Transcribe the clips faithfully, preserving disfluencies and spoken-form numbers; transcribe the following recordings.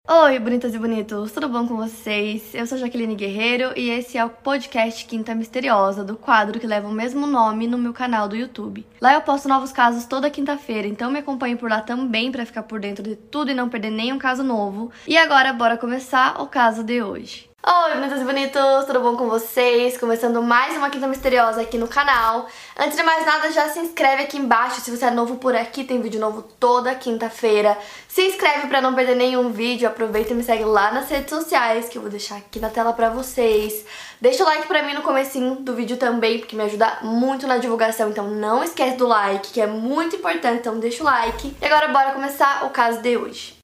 Oi, bonitas e bonitos, tudo bom com vocês? Eu sou Jaqueline Guerreiro e esse é o podcast Quinta Misteriosa, do quadro que leva o mesmo nome no meu canal do YouTube. Lá eu posto novos casos toda quinta-feira, então me acompanhe por lá também pra ficar por dentro de tudo e não perder nenhum caso novo. E agora, bora começar o caso de hoje. Oi, bonitas e bonitos, tudo bom com vocês? Começando mais uma Quinta Misteriosa aqui no canal. Antes de mais nada, já se inscreve aqui embaixo se você é novo por aqui, tem vídeo novo toda quinta-feira. Se inscreve pra não perder nenhum vídeo, aproveita e me segue lá nas redes sociais, que eu vou deixar aqui na tela pra vocês. Deixa o like pra mim no comecinho do vídeo também, porque me ajuda muito na divulgação, então não esquece do like, que é muito importante, então deixa o like. E agora bora começar o caso de hoje.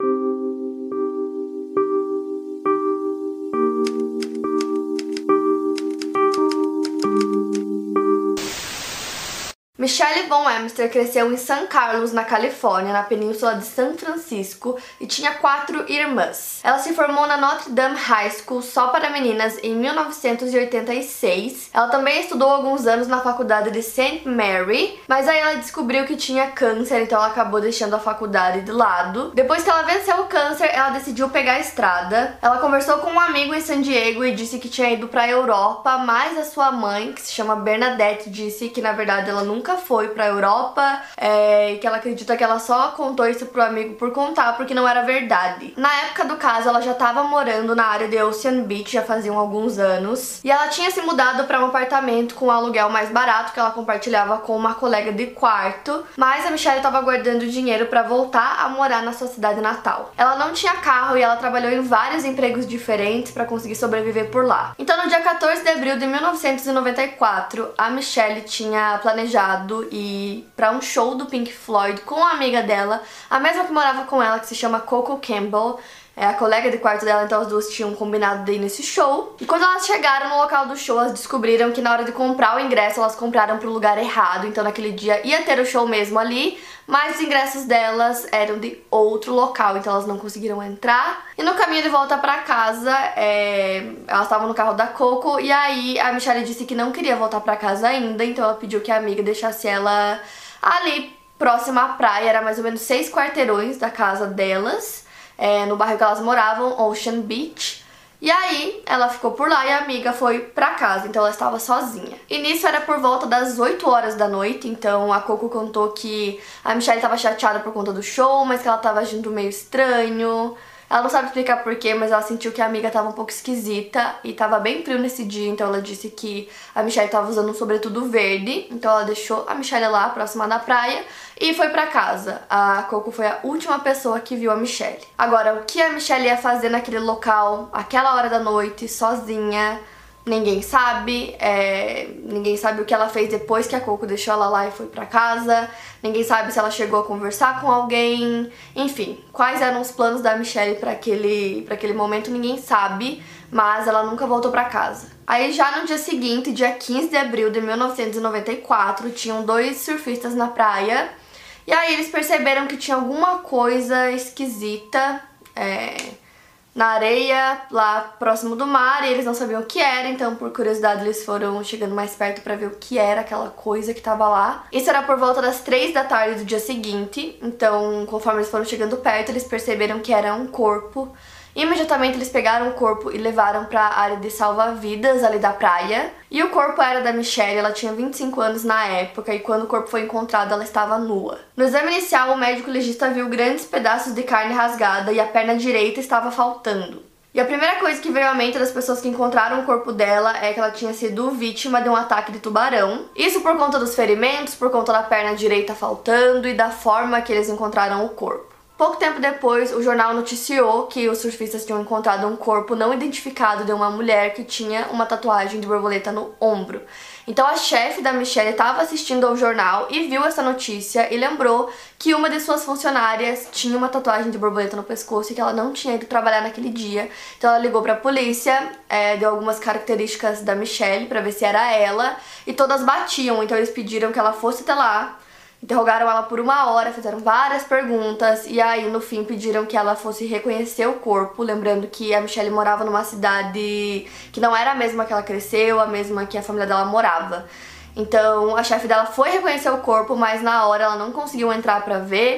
Michelle Von Emster cresceu em San Carlos, na Califórnia, na península de São Francisco, e tinha quatro irmãs. Ela se formou na Notre Dame High School só para meninas em mil novecentos e oitenta e seis. Ela também estudou alguns anos na faculdade de Saint Mary, mas aí ela descobriu que tinha câncer, então ela acabou deixando a faculdade de lado. Depois que ela venceu o câncer, ela decidiu pegar a estrada. Ela conversou com um amigo em San Diego e disse que tinha ido para a Europa, mas a sua mãe, que se chama Bernadette, disse que na verdade ela nunca foi pra Europa, é, e que ela acredita que ela só contou isso pro amigo por contar, porque não era verdade. Na época do caso, ela já tava morando na área de Ocean Beach, já faziam alguns anos, e ela tinha se mudado pra um apartamento com um aluguel mais barato, que ela compartilhava com uma colega de quarto, mas a Michelle tava guardando dinheiro pra voltar a morar na sua cidade natal. Ela não tinha carro e ela trabalhou em vários empregos diferentes pra conseguir sobreviver por lá. Então, no dia quatorze de abril de mil novecentos e noventa e quatro, a Michelle tinha planejado ir pra um show do Pink Floyd com a amiga dela, a mesma que morava com ela, que se chama Coco Campbell, é a colega de quarto dela, então as duas tinham combinado de ir nesse show. E quando elas chegaram no local do show, elas descobriram que na hora de comprar o ingresso, elas compraram pro lugar errado, então naquele dia ia ter o show mesmo ali, mas os ingressos delas eram de outro local, então elas não conseguiram entrar. E no caminho de volta pra casa, é... elas estavam no carro da Coco, e aí a Michelle disse que não queria voltar pra casa ainda, então ela pediu que a amiga deixasse ela ali próxima à praia, era mais ou menos seis quarteirões da casa delas. É, no bairro que elas moravam, Ocean Beach. E aí ela ficou por lá e a amiga foi pra casa, então ela estava sozinha. E nisso era por volta das oito horas da noite, então a Coco contou que a Michelle estava chateada por conta do show, mas que ela estava agindo meio estranho. Ela não sabe explicar porquê, mas ela sentiu que a amiga tava um pouco esquisita e tava bem frio nesse dia, então ela disse que a Michelle tava usando um sobretudo verde, então ela deixou a Michelle lá, próxima da praia, e foi pra casa. A Coco foi a última pessoa que viu a Michelle. Agora, o que a Michelle ia fazer naquele local, aquela hora da noite, sozinha, ninguém sabe, é... ninguém sabe o que ela fez depois que a Coco deixou ela lá e foi pra casa, ninguém sabe se ela chegou a conversar com alguém, enfim, quais eram os planos da Michelle pra aquele, pra aquele momento, ninguém sabe, mas ela nunca voltou pra casa. Aí já no dia seguinte, dia quinze de abril de mil novecentos e noventa e quatro, tinham dois surfistas na praia, e aí eles perceberam que tinha alguma coisa esquisita, é... na areia, lá próximo do mar, e eles não sabiam o que era, então por curiosidade eles foram chegando mais perto pra ver o que era aquela coisa que tava lá. Isso era por volta das três da tarde do dia seguinte, então conforme eles foram chegando perto, eles perceberam que era um corpo. Imediatamente eles pegaram o corpo e levaram pra área de salva-vidas ali da praia. E o corpo era da Michelle, ela tinha vinte e cinco anos na época, e quando o corpo foi encontrado ela estava nua. No exame inicial, o médico legista viu grandes pedaços de carne rasgada e a perna direita estava faltando. E a primeira coisa que veio à mente das pessoas que encontraram o corpo dela é que ela tinha sido vítima de um ataque de tubarão. Isso por conta dos ferimentos, por conta da perna direita faltando e da forma que eles encontraram o corpo. Pouco tempo depois, o jornal noticiou que os surfistas tinham encontrado um corpo não identificado de uma mulher que tinha uma tatuagem de borboleta no ombro. Então a chefe da Michelle estava assistindo ao jornal e viu essa notícia e lembrou que uma de suas funcionárias tinha uma tatuagem de borboleta no pescoço e que ela não tinha ido trabalhar naquele dia. Então ela ligou para a polícia, é, deu algumas características da Michelle para ver se era ela, e todas batiam, então eles pediram que ela fosse até lá. Interrogaram ela por uma hora, fizeram várias perguntas e aí no fim pediram que ela fosse reconhecer o corpo, lembrando que a Michelle morava numa cidade que não era a mesma que ela cresceu, a mesma que a família dela morava. Então a chefe dela foi reconhecer o corpo, mas na hora ela não conseguiu entrar pra ver.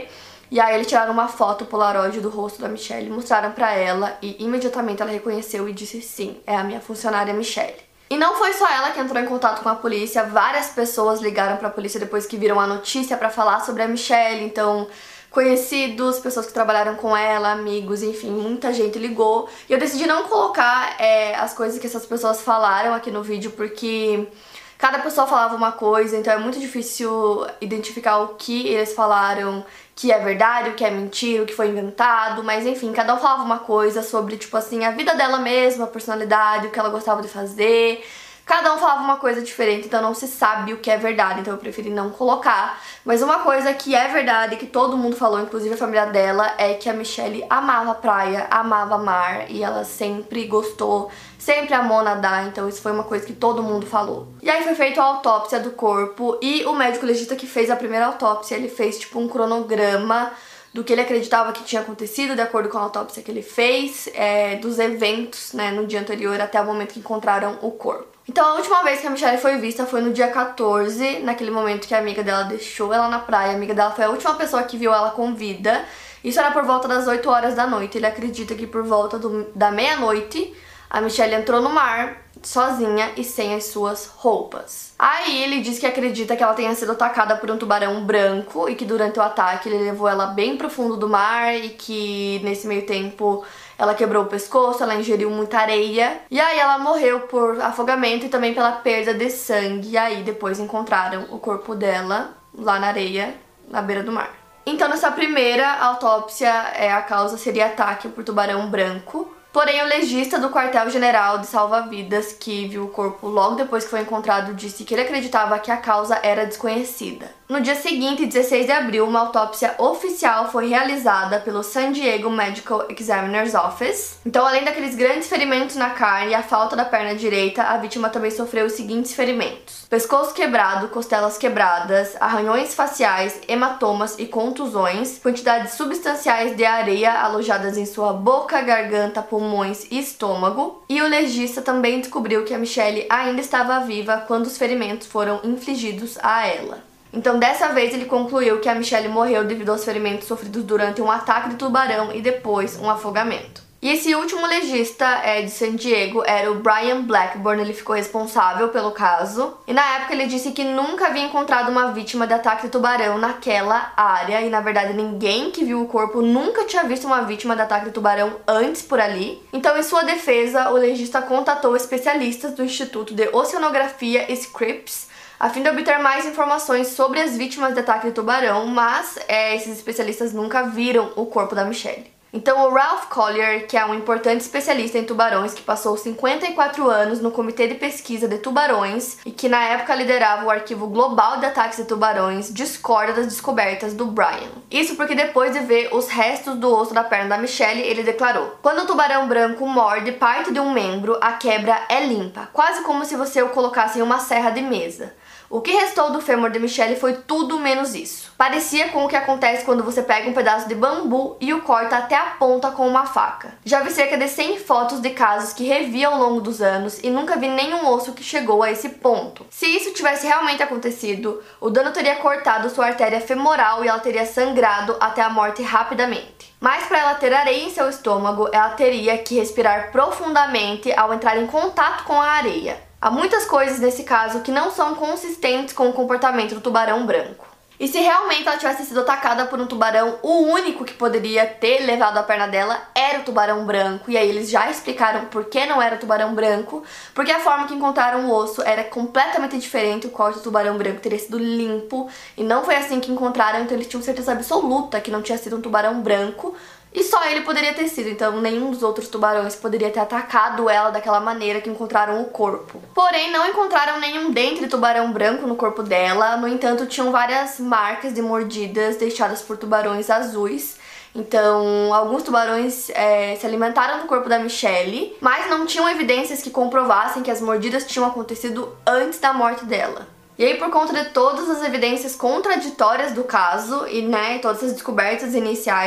E aí eles tiraram uma foto polaroid do rosto da Michelle, mostraram pra ela e imediatamente ela reconheceu e disse sim, é a minha funcionária Michelle. E não foi só ela que entrou em contato com a polícia, várias pessoas ligaram pra polícia depois que viram a notícia pra falar sobre a Michelle, então conhecidos, pessoas que trabalharam com ela, amigos, enfim, muita gente ligou. E eu decidi não colocar é, as coisas que essas pessoas falaram aqui no vídeo porque cada pessoa falava uma coisa, então é muito difícil identificar o que eles falaram que é verdade, o que é mentira, o que foi inventado, mas enfim, cada um falava uma coisa sobre, tipo assim, a vida dela mesma, a personalidade, o que ela gostava de fazer. Cada um falava uma coisa diferente, então não se sabe o que é verdade, então eu preferi não colocar. Mas uma coisa que é verdade, que todo mundo falou, inclusive a família dela, é que a Michelle amava praia, amava mar, e ela sempre gostou, sempre amou nadar, então isso foi uma coisa que todo mundo falou. E aí foi feita a autópsia do corpo, e o médico legista que fez a primeira autópsia, ele fez tipo um cronograma do que ele acreditava que tinha acontecido, de acordo com a autópsia que ele fez, é, dos eventos, né, no dia anterior até o momento que encontraram o corpo. Então a última vez que a Michelle foi vista foi no dia quatorze, naquele momento que a amiga dela deixou ela na praia. A amiga dela foi a última pessoa que viu ela com vida. Isso era por volta das oito horas da noite. Ele acredita que por volta do, da meia-noite a Michelle entrou no mar sozinha e sem as suas roupas. Aí ele diz que acredita que ela tenha sido atacada por um tubarão branco e que durante o ataque ele levou ela bem pro fundo do mar e que nesse meio tempo ela quebrou o pescoço, ela ingeriu muita areia e aí ela morreu por afogamento e também pela perda de sangue. E aí depois encontraram o corpo dela lá na areia, na beira do mar. Então nessa primeira autópsia é, a causa seria ataque por tubarão branco. Porém, o legista do quartel-general de salva-vidas, que viu o corpo logo depois que foi encontrado, disse que ele acreditava que a causa era desconhecida. No dia seguinte, dezesseis de abril, uma autópsia oficial foi realizada pelo San Diego Medical Examiner's Office. Então, além daqueles grandes ferimentos na carne e a falta da perna direita, a vítima também sofreu os seguintes ferimentos: pescoço quebrado, costelas quebradas, arranhões faciais, hematomas e contusões, quantidades substanciais de areia alojadas em sua boca, garganta, pulmões e estômago. E o legista também descobriu que a Michelle ainda estava viva quando os ferimentos foram infligidos a ela. Então, dessa vez, ele concluiu que a Michelle morreu devido aos ferimentos sofridos durante um ataque de tubarão e depois um afogamento. E esse último legista é, de San Diego era o Brian Blackburn, ele ficou responsável pelo caso. E na época ele disse que nunca havia encontrado uma vítima de ataque de tubarão naquela área. E na verdade ninguém que viu o corpo nunca tinha visto uma vítima de ataque de tubarão antes por ali. Então, em sua defesa, o legista contatou especialistas do Instituto de Oceanografia Scripps a fim de obter mais informações sobre as vítimas de ataque de tubarão, mas é, esses especialistas nunca viram o corpo da Michelle. Então o Ralph Collier, que é um importante especialista em tubarões que passou cinquenta e quatro anos no Comitê de Pesquisa de Tubarões e que na época liderava o Arquivo Global de Ataques de Tubarões, discorda das descobertas do Brian. Isso porque depois de ver os restos do osso da perna da Michelle, ele declarou: quando o tubarão branco morde parte de um membro, a quebra é limpa, quase como se você o colocasse em uma serra de mesa. O que restou do fêmur de Michelle foi tudo menos isso. Parecia com o que acontece quando você pega um pedaço de bambu e o corta até a ponta com uma faca. Já vi cerca de cem fotos de casos que revi ao longo dos anos e nunca vi nenhum osso que chegou a esse ponto. Se isso tivesse realmente acontecido, o dano teria cortado sua artéria femoral e ela teria sangrado até a morte rapidamente. Mas para ela ter areia em seu estômago, ela teria que respirar profundamente ao entrar em contato com a areia. Há muitas coisas nesse caso que não são consistentes com o comportamento do tubarão branco. E se realmente ela tivesse sido atacada por um tubarão, o único que poderia ter levado a perna dela era o tubarão branco. E aí eles já explicaram por que não era o tubarão branco, porque a forma que encontraram o osso era completamente diferente. O corte do tubarão branco teria sido limpo e não foi assim que encontraram, então eles tinham certeza absoluta que não tinha sido um tubarão branco. E só ele poderia ter sido, então nenhum dos outros tubarões poderia ter atacado ela daquela maneira que encontraram o corpo. Porém, não encontraram nenhum dente de tubarão branco no corpo dela, no entanto, tinham várias marcas de mordidas deixadas por tubarões azuis. Então, alguns tubarões é, se alimentaram do corpo da Michelle, mas não tinham evidências que comprovassem que as mordidas tinham acontecido antes da morte dela. E aí, por conta de todas as evidências contraditórias do caso e, né, todas as descobertas iniciais,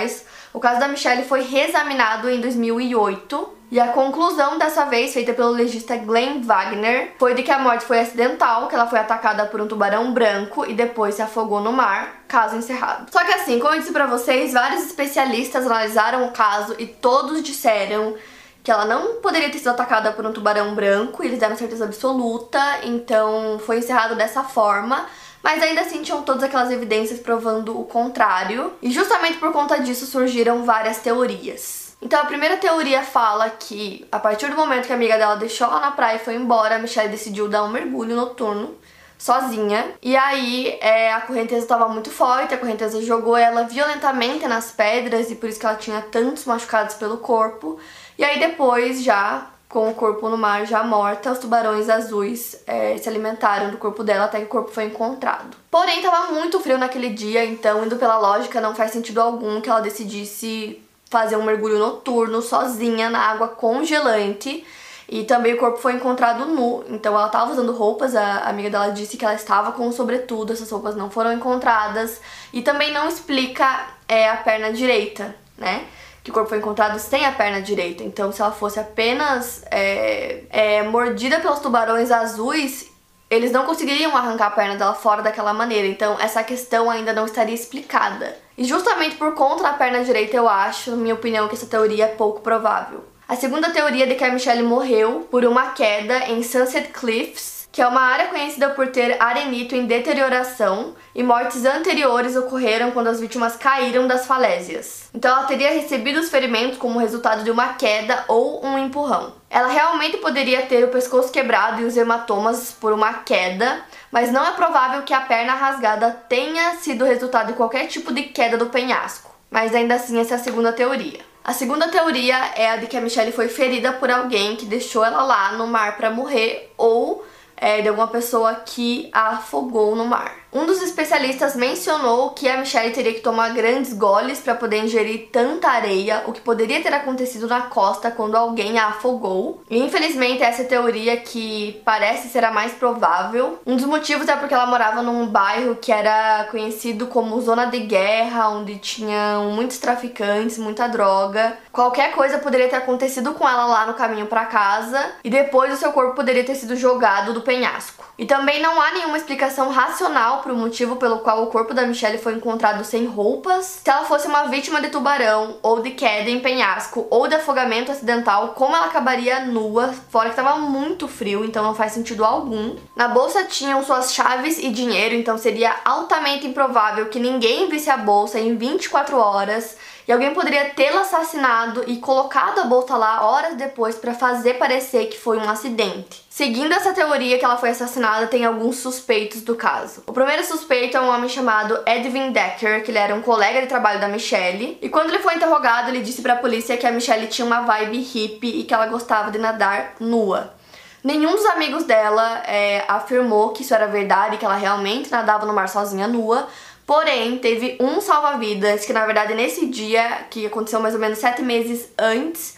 O caso da Michelle foi reexaminado em dois mil e oito e a conclusão dessa vez, feita pelo legista Glenn Wagner, foi de que a morte foi acidental, que ela foi atacada por um tubarão branco e depois se afogou no mar, caso encerrado. Só que assim, como eu disse pra vocês, vários especialistas analisaram o caso e todos disseram que ela não poderia ter sido atacada por um tubarão branco, e eles deram certeza absoluta, então foi encerrado dessa forma. Mas ainda assim tinham todas aquelas evidências provando o contrário, e justamente por conta disso surgiram várias teorias. Então a primeira teoria fala que a partir do momento que a amiga dela deixou ela na praia e foi embora, a Michelle decidiu dar um mergulho noturno sozinha, e aí é, a correnteza estava muito forte, a correnteza jogou ela violentamente nas pedras e por isso que ela tinha tantos machucados pelo corpo. E aí depois, já com o corpo no mar, já morta, os tubarões azuis é, se alimentaram do corpo dela até que o corpo foi encontrado. Porém, estava muito frio naquele dia, então, indo pela lógica, não faz sentido algum que ela decidisse fazer um mergulho noturno sozinha na água congelante. E também o corpo foi encontrado nu, então ela estava usando roupas, a amiga dela disse que ela estava com um sobretudo, essas roupas não foram encontradas. E também não explica é, a perna direita, né? Que o corpo foi encontrado sem a perna direita. Então, se ela fosse apenas é, é, mordida pelos tubarões azuis, eles não conseguiriam arrancar a perna dela fora daquela maneira. Então, essa questão ainda não estaria explicada. E justamente por conta da perna direita, eu acho, na minha opinião, que essa teoria é pouco provável. A segunda teoria é de que a Michelle morreu por uma queda em Sunset Cliffs, que é uma área conhecida por ter arenito em deterioração, e mortes anteriores ocorreram quando as vítimas caíram das falésias. Então ela teria recebido os ferimentos como resultado de uma queda ou um empurrão. Ela realmente poderia ter o pescoço quebrado e os hematomas por uma queda, mas não é provável que a perna rasgada tenha sido resultado de qualquer tipo de queda do penhasco. Mas ainda assim, essa é a segunda teoria. A segunda teoria é a de que a Michelle foi ferida por alguém que deixou ela lá no mar para morrer, ou É, de alguma pessoa que a afogou no mar. Um dos especialistas mencionou que a Michelle teria que tomar grandes goles para poder ingerir tanta areia, o que poderia ter acontecido na costa quando alguém a afogou. E infelizmente essa é a teoria que parece ser a mais provável. Um dos motivos é porque ela morava num bairro que era conhecido como zona de guerra, onde tinham muitos traficantes, muita droga. Qualquer coisa poderia ter acontecido com ela lá no caminho para casa, e depois o seu corpo poderia ter sido jogado do penhasco. E também não há nenhuma explicação racional para o motivo pelo qual o corpo da Michelle foi encontrado sem roupas. Se ela fosse uma vítima de tubarão, ou de queda em penhasco, ou de afogamento acidental, como ela acabaria nua, fora que estava muito frio, então não faz sentido algum. Na bolsa tinham suas chaves e dinheiro, então seria altamente improvável que ninguém visse a bolsa em vinte e quatro horas, e alguém poderia tê-la assassinado e colocado a bolsa lá horas depois para fazer parecer que foi um acidente. Seguindo essa teoria que ela foi assassinada, tem alguns suspeitos do caso. O primeiro suspeito é um homem chamado Edwin Decker, que ele era um colega de trabalho da Michelle, e quando ele foi interrogado, ele disse para a polícia que a Michelle tinha uma vibe hippie e que ela gostava de nadar nua. Nenhum dos amigos dela é, afirmou que isso era verdade, que ela realmente nadava no mar sozinha nua. Porém, teve um salva-vidas que, na verdade, nesse dia, que aconteceu mais ou menos sete meses antes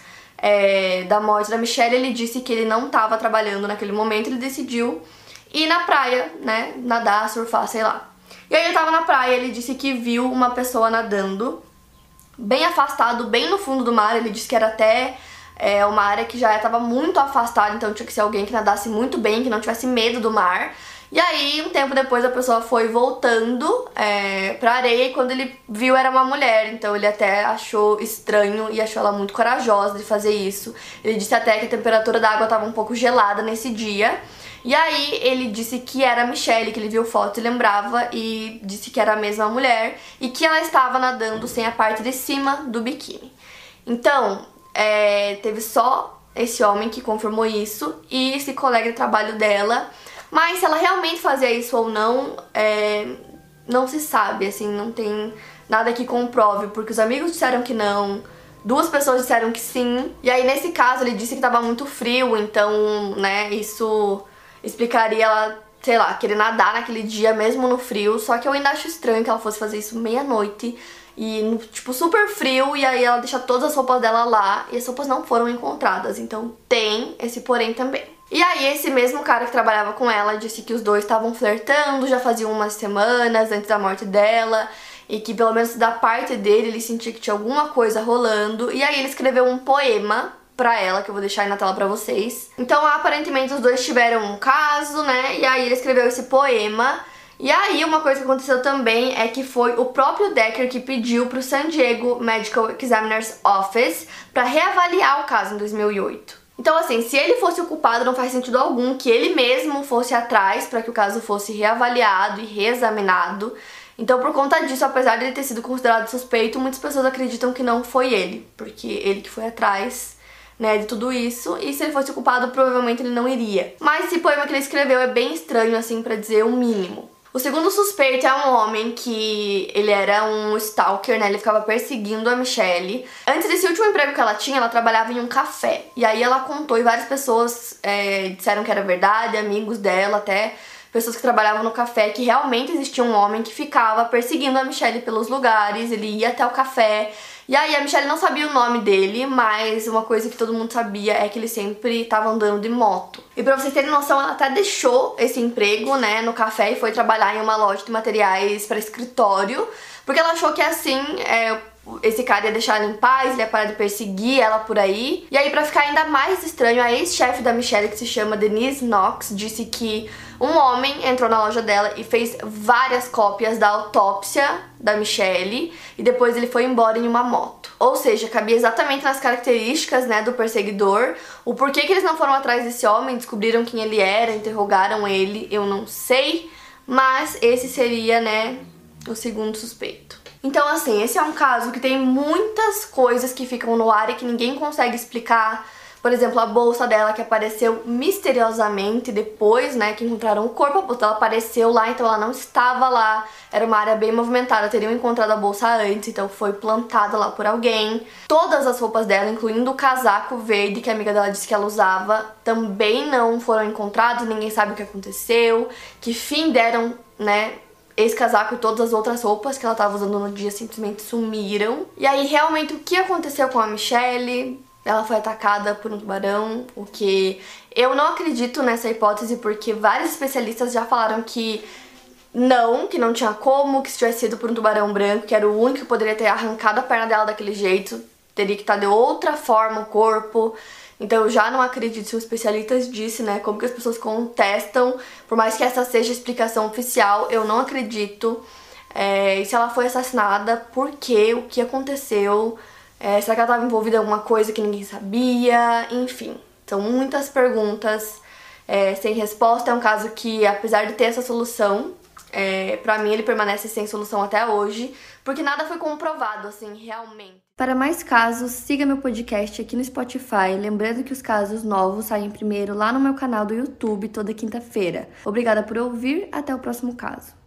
é, da morte da Michelle, ele disse que ele não estava trabalhando naquele momento, ele decidiu ir na praia, né, nadar, surfar, sei lá. E aí ele tava na praia, ele disse que viu uma pessoa nadando, bem afastado, bem no fundo do mar. Ele disse que era até é, uma área que já estava muito afastada, então tinha que ser alguém que nadasse muito bem, que não tivesse medo do mar. E aí, um tempo depois, a pessoa foi voltando é, pra areia, e quando ele viu era uma mulher, então ele até achou estranho e achou ela muito corajosa de fazer isso. Ele disse até que a temperatura da água estava um pouco gelada nesse dia. E aí ele disse que era a Michelle, que ele viu foto e lembrava, e disse que era a mesma mulher e que ela estava nadando sem a parte de cima do biquíni. Então, é, teve só esse homem que confirmou isso e esse colega de trabalho dela. Mas se ela realmente fazia isso ou não, é, não se sabe, assim, não tem nada que comprove, porque os amigos disseram que não, duas pessoas disseram que sim, e aí nesse caso ele disse que tava muito frio, então, né, isso explicaria ela, sei lá, querer nadar naquele dia mesmo no frio. Só que eu ainda acho estranho que ela fosse fazer isso meia-noite e, tipo, super frio, e aí ela deixa todas as roupas dela lá e as roupas não foram encontradas, então tem esse porém também. E aí esse mesmo cara que trabalhava com ela disse que os dois estavam flertando, já faziam umas semanas antes da morte dela, e que pelo menos da parte dele ele sentia que tinha alguma coisa rolando, e aí ele escreveu um poema pra ela, que eu vou deixar aí na tela pra vocês. Então aparentemente os dois tiveram um caso, né, e aí ele escreveu esse poema. E aí uma coisa que aconteceu também é que foi o próprio Decker que pediu pro San Diego Medical Examiner's Office pra reavaliar o caso em dois mil e oito. Então assim, se ele fosse o culpado, não faz sentido algum que ele mesmo fosse atrás para que o caso fosse reavaliado e reexaminado. Então por conta disso, apesar de ele ter sido considerado suspeito, muitas pessoas acreditam que não foi ele, porque ele que foi atrás, né, de tudo isso, e se ele fosse o culpado, provavelmente ele não iria. Mas esse poema que ele escreveu é bem estranho, assim, pra dizer o mínimo. O segundo suspeito é um homem que ele era um stalker, né, ele ficava perseguindo a Michelle. Antes desse último emprego que ela tinha, ela trabalhava em um café. E aí ela contou e várias pessoas é, disseram que era verdade, amigos dela até, pessoas que trabalhavam no café, que realmente existia um homem que ficava perseguindo a Michelle pelos lugares, ele ia até o café. E aí a Michelle não sabia o nome dele, mas uma coisa que todo mundo sabia é que ele sempre estava andando de moto. E pra vocês terem noção, ela até deixou esse emprego, né, no café e foi trabalhar em uma loja de materiais para escritório, porque ela achou que assim, é, esse cara ia deixar ela em paz, ele ia parar de perseguir ela por aí. E aí, pra ficar ainda mais estranho, a ex-chefe da Michelle, que se chama Denise Knox, disse que um homem entrou na loja dela e fez várias cópias da autópsia da Michelle e depois ele foi embora em uma moto. Ou seja, cabia exatamente nas características, né, do perseguidor. O porquê que eles não foram atrás desse homem, descobriram quem ele era, interrogaram ele, eu não sei, mas esse seria, né, o segundo suspeito. Então assim, esse é um caso que tem muitas coisas que ficam no ar e que ninguém consegue explicar. Por exemplo, a bolsa dela que apareceu misteriosamente depois, né, que encontraram o corpo, a bolsa dela apareceu lá, então ela não estava lá. Era uma área bem movimentada, teriam encontrado a bolsa antes, então foi plantada lá por alguém. Todas as roupas dela, incluindo o casaco verde que a amiga dela disse que ela usava, também não foram encontrados, ninguém sabe o que aconteceu, que fim deram, né, esse casaco e todas as outras roupas que ela estava usando no dia simplesmente sumiram. E aí, realmente, o que aconteceu com a Michelle? Ela foi atacada por um tubarão, o que eu não acredito nessa hipótese, porque vários especialistas já falaram que não, que não tinha como, que se tivesse sido por um tubarão branco, que era o único que poderia ter arrancado a perna dela daquele jeito, teria que estar de outra forma o corpo. Então eu já não acredito, se os especialistas disse, né, como que as pessoas contestam, por mais que essa seja a explicação oficial, eu não acredito. É, e se ela foi assassinada, por quê? O que aconteceu? É, será que ela estava envolvida em alguma coisa que ninguém sabia? Enfim, são muitas perguntas é, sem resposta. É um caso que, apesar de ter essa solução, é, pra mim ele permanece sem solução até hoje, porque nada foi comprovado, assim, realmente. Para mais casos, siga meu podcast aqui no Spotify, lembrando que os casos novos saem primeiro lá no meu canal do YouTube toda quinta-feira. Obrigada por ouvir, até o próximo caso.